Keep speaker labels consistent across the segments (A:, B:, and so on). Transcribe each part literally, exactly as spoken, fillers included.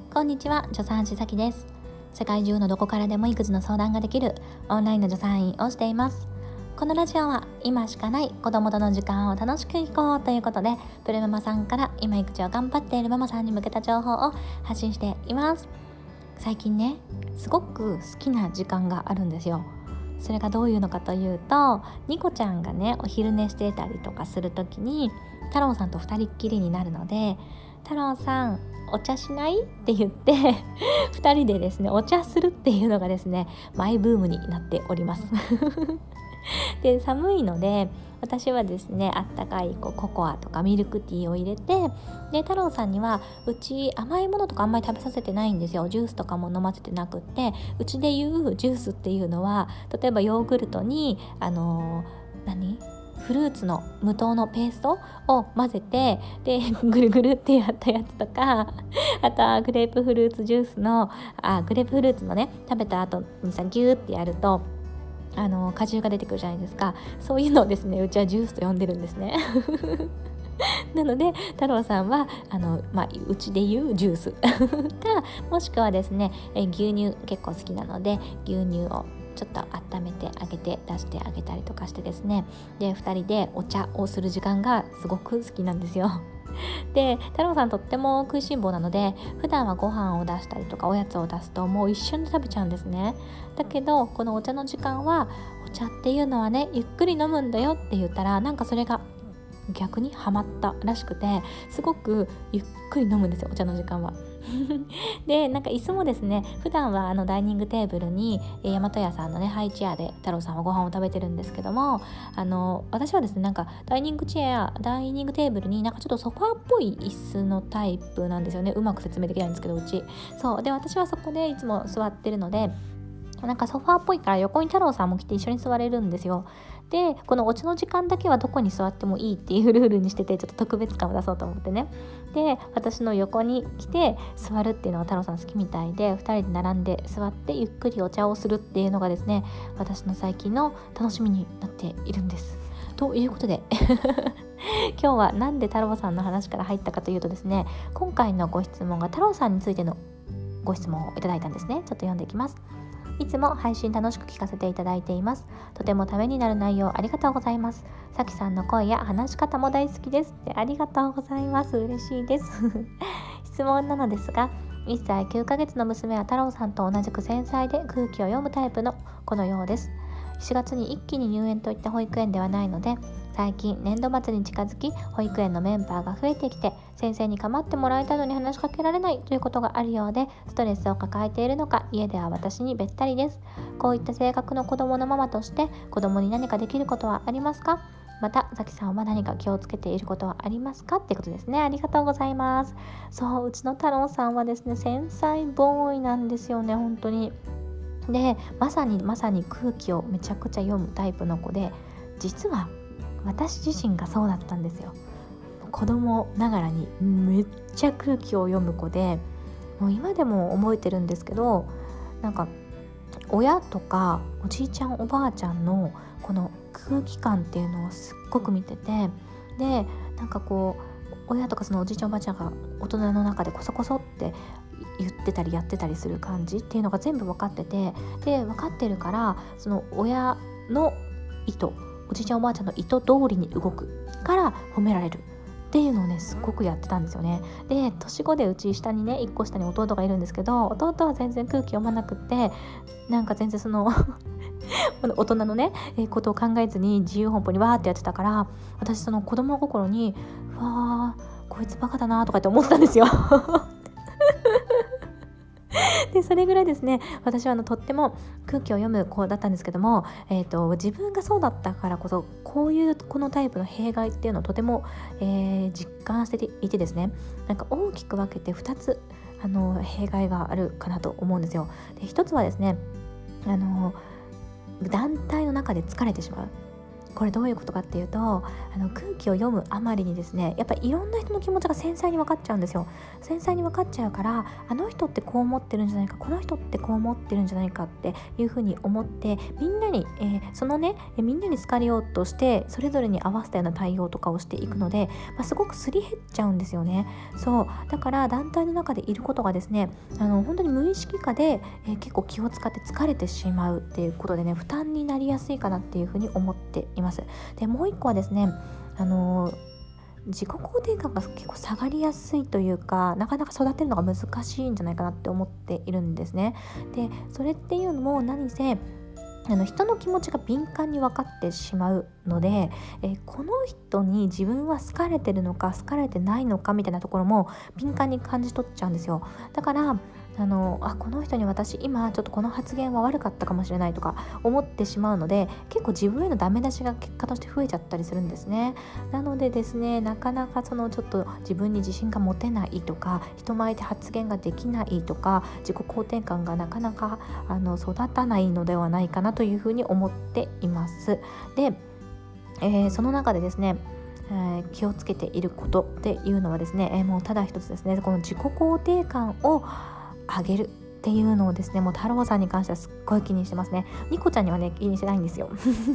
A: こんにちは、助産師さきです。世界中のどこからでも育児の相談ができるオンラインの助産院をしています。このラジオは今しかない子供との時間を楽しくいこうということで、プレママさんから今育児を頑張っているママさんに向けた情報を発信しています。最近ね、すごく好きな時間があるんですよ。それがどういうのかというと、ニコちゃんがねお昼寝してたりとかするときに太郎さんと二人っきりになるので、太郎さんお茶しないって言ってふたりでですねお茶するっていうのがですねマイブームになっておりますで、寒いので私はですねあったかいこうココアとかミルクティーを入れて、で太郎さんにはうち甘いものとかあんまり食べさせてないんですよ。ジュースとかも飲ませてなくって、うちでいうジュースっていうのは例えばヨーグルトにあのー、何フルーツの無糖のペーストを混ぜて、でぐるぐるってやったやつとか、あとはグレープフルーツジュースのあグレープフルーツのね食べた後にさギューってやるとあの果汁が出てくるじゃないですか。そういうのをですねうちはジュースと呼んでるんですねなので太郎さんはあの、まあ、うちでいうジュースかもしくはですねえ牛乳結構好きなので牛乳をちょっと温めてあげて出してあげたりとかしてですね、でふたりでお茶をする時間がすごく好きなんですよ。で太郎さんとっても食いしん坊なので、普段はご飯を出したりとかおやつを出すともう一緒に食べちゃうんですね。だけどこのお茶の時間はお茶っていうのはねゆっくり飲むんだよって言ったら、なんかそれが逆にハマったらしくて、すごくゆっくり飲むんですよお茶の時間はでなんか椅子もですね、普段はあのダイニングテーブルに大和屋さんのねハイチェアで太郎さんはご飯を食べてるんですけども、あの私はですねなんかダイニングチェアダイニングテーブルになんかちょっとソファーっぽい椅子のタイプなんですよね。うまく説明できないんですけど、うちそうで私はそこでいつも座ってるので、なんかソファーっぽいから横に太郎さんも来て一緒に座れるんですよ。でこのお茶の時間だけはどこに座ってもいいっていうルールにしてて、ちょっと特別感を出そうと思ってね。で私の横に来て座るっていうのが太郎さん好きみたいで、ふたりで並んで座ってゆっくりお茶をするっていうのがですね私の最近の楽しみになっているんです。ということで今日はなんで太郎さんの話から入ったかというとですね、今回のご質問が太郎さんについてのご質問をいただいたんですね。ちょっと読んでいきます。いつも配信楽しく聞かせていただいています。とてもためになる内容ありがとうございます。さきさんの声や話し方も大好きです。ありがとうございます。嬉しいです質問なのですが、いっさいきゅうかげつの娘は太郎さんと同じく繊細で空気を読むタイプの子のようです。しがつに一気に入園といった保育園ではないので、最近年度末に近づき保育園のメンバーが増えてきて、先生に構ってもらいたいのに話しかけられないということがあるようで、ストレスを抱えているのか家では私にべったりです。こういった性格の子供のママとして子供に何かできることはありますか？またさきさんは何か気をつけていることはありますかってことですね。ありがとうございます。そう、うちの太郎さんはですね繊細ボーイなんですよね、本当に。でまさにまさに空気をめちゃくちゃ読むタイプの子で、実は私自身がそうだったんですよ。子供ながらにめっちゃ空気を読む子で、もう今でも覚えてるんですけど、なんか親とかおじいちゃんおばあちゃんのこの空気感っていうのをすっごく見てて、でなんかこう親とかそのおじいちゃんおばあちゃんが大人の中でコソコソって言ってたりやってたりする感じっていうのが全部分かってて、で分かってるからその親の意図、おじいちゃんおばあちゃんの意図通りに動くから褒められるっていうのをねすっごくやってたんですよね。で年子でうち下にねいっこ下に弟がいるんですけど、弟は全然空気読まなくって、なんか全然その大人のねことを考えずに自由奔放にわーってやってたから、私その子供心にうわーこいつバカだなとかって思ってたんですよでそれぐらいですね私はあのとっても空気を読む子だったんですけども、えーと、自分がそうだったからこそこういうこのタイプの弊害っていうのをとても、えー、実感していてですね、なんか大きく分けてふたつあの弊害があるかなと思うんですよ。でひとつはですね、あの団体の中で疲れてしまう。 これどういうことかっていうと、あの空気を読むあまりにですね、やっぱりいろんな人の気持ちが繊細に分かっちゃうんですよ。繊細に分かっちゃうから、あの人ってこう思ってるんじゃないか、この人ってこう思ってるんじゃないかっていうふうに思って、みんなに、えー、そのねみんなに好かれようとしてそれぞれに合わせたような対応とかをしていくので、まあ、すごくすり減っちゃうんですよね。そうだから団体の中でいることがですね、あの本当に無意識化で、えー、結構気を使って疲れてしまうっていうことでね、負担になりやすいかなっていうふうに思っています。でもう一個はですね、あの自己肯定感が結構下がりやすいというか、なかなか育てるのが難しいんじゃないかなって思っているんですね。でそれっていうのも何せあの人の気持ちが敏感に分かってしまうので、えーこの人に自分は好かれてるのか好かれてないのかみたいなところも敏感に感じ取っちゃうんですよ。だからあのあこの人に私今ちょっとこの発言は悪かったかもしれないとか思ってしまうので、結構自分へのダメ出しが結果として増えちゃったりするんですね。なのでですね、なかなかそのちょっと自分に自信が持てないとか、人前で発言ができないとか、自己肯定感がなかなかあの育たないのではないかなというふうに思っています。で、えーその中でですね、えー気をつけていることっていうのはですね、えーもうただ一つですね、この自己肯定感を上げるっていうのをですね、もう太郎さんに関してはすっごい気にしてますね。ニコちゃんにはね気にしてないんですよ。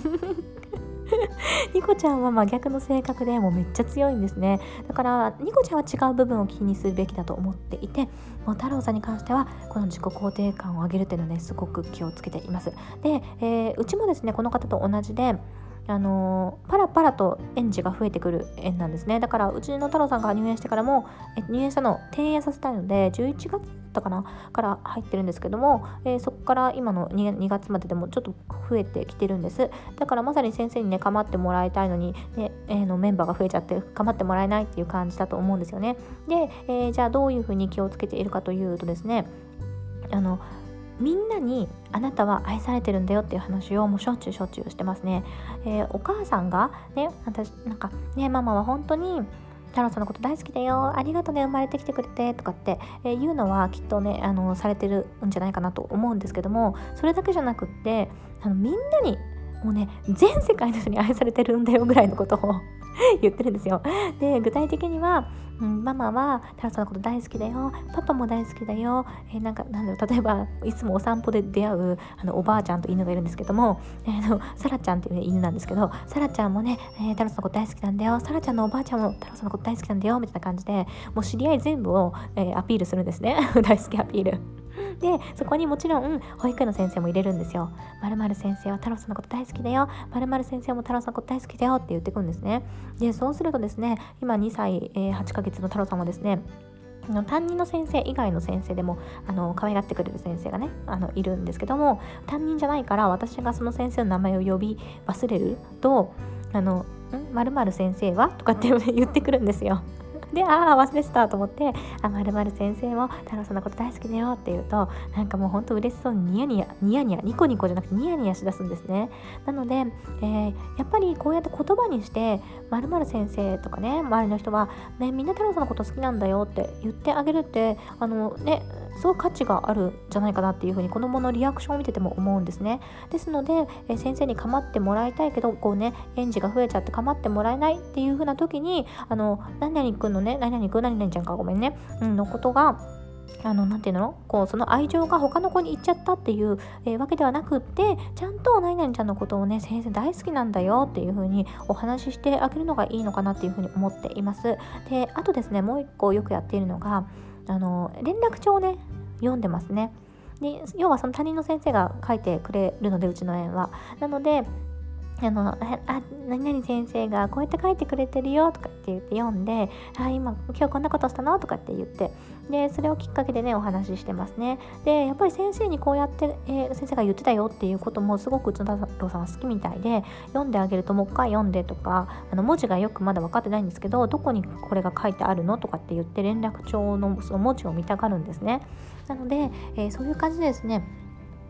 A: ニコちゃんは真逆の性格でもうめっちゃ強いんですね。だからニコちゃんは違う部分を気にするべきだと思っていて、もう太郎さんに関してはこの自己肯定感を上げるっていうのをね、すごく気をつけています。で、えーうちもですねこの方と同じで、あのーパラパラと園児が増えてくる園なんですね。だからうちの太郎さんが入園してからも、え入園したのを転園させたいのでじゅういちがつだったかなから入ってるんですけども、えーそこから今の 2, にがつまででもちょっと増えてきてるんです。だからまさに先生にね構ってもらいたいのに、ねえーのメンバーが増えちゃって構ってもらえないっていう感じだと思うんですよね。で、えーじゃあどういうふうに気をつけているかというとですね、あのみんなにあなたは愛されてるんだよっていう話をもうしょっちゅうしょっちゅうしてますね。えーお母さんがね、私なんかねママは本当に太郎さんのこと大好きだよ、ありがとね生まれてきてくれてとかって、えー言うのはきっとねあのされてるんじゃないかなと思うんですけども、それだけじゃなくってあのみんなにもうね全世界の人に愛されてるんだよぐらいのことを言ってるんですよ。で具体的には、うん、ママは太郎さんのこと大好きだよ、パパも大好きだよ、えーなんかなんだろう、例えばいつもお散歩で出会うあのおばあちゃんと犬がいるんですけども、えー、のサラちゃんっていう、ね、犬なんですけど、サラちゃんもね、えー、太郎さんのこと大好きなんだよ、サラちゃんのおばあちゃんも太郎さんのこと大好きなんだよみたいな感じで、もう知り合い全部を、えーアピールするんですね。大好きアピールで、そこにもちろん保育園の先生も入れるんですよ。〇〇先生は太郎さんのこと大好きだよ、〇〇先生も太郎さんのこと大好きだよって言ってくるんですね。でそうするとですね、今にさい、えーはちかげつの太郎さんはですね、あの担任の先生以外の先生でもあの可愛がってくれる先生がねあのいるんですけども、担任じゃないから私がその先生の名前を呼び忘れると、あのん〇〇先生はとかって言ってくるんですよ。で、ああ忘れてたと思って、あ、まるまる先生も太郎さんのこと大好きだよって言うと、なんかもうほんと嬉しそうにニヤニヤニヤニヤニコニコじゃなくてニヤニヤしだすんですね。なので、えーやっぱりこうやって言葉にしてまるまる先生とかね、周りの人はね、みんな太郎さんのこと好きなんだよって言ってあげるって、あのねすごく価値があるんじゃないかなっていうふうに子どものリアクションを見てても思うんですね。ですので、えー先生に構ってもらいたいけどこうね園児が増えちゃって構ってもらえないっていう風な時に、あの何々くんのね何々くん何々ちゃんかごめんね、うん、のことがあのなんていうのこうその愛情が他の子に行っちゃったっていう、えーわけではなくって、ちゃんと何々ちゃんのことをね先生大好きなんだよっていう風にお話ししてあげるのがいいのかなっていう風に思っています。であとですね、もう一個よくやっているのがあの連絡帳をね読んでますね。で要はその他人の先生が書いてくれるので、うちの園はなのであのああ何々先生がこうやって書いてくれてるよとかって言って読んで、あ今今日こんなことしたのとかって言って、でそれをきっかけでねお話ししてますね。でやっぱり先生にこうやって、えー先生が言ってたよっていうこともすごくうちの太郎さんは好きみたいで、読んであげるともう一回読んでとか、あの文字がよくまだ分かってないんですけど、どこにこれが書いてあるのとかって言って連絡帳のその文字を見たがるんですね。なので、えーそういう感じでですね、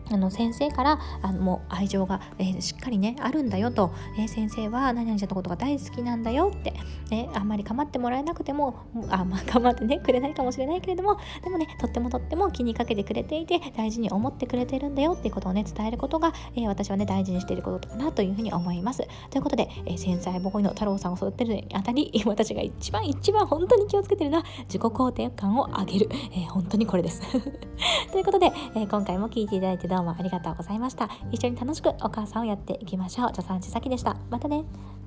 A: あの先生からあのもう愛情が、えー、しっかりねあるんだよと、えー、先生は何々ちゃんのことが大好きなんだよって、ね、あんまり構ってもらえなくてもあ、まあ、構ってねくれないかもしれないけれども、でもねとってもとっても気にかけてくれていて大事に思ってくれてるんだよっていうことをね伝えることが、えー、私はね大事にしていることかなというふうに思います。ということで、えー、繊細ボーイの太郎さんを育てるにあたり私が一番一番本当に気をつけてるのは自己肯定感を上げる、えー、本当にこれですということで、えー、今回も聞いていただいてどうもありがとうございました。一緒に楽しくお母さんをやっていきましょう。助産師さきでした。またね。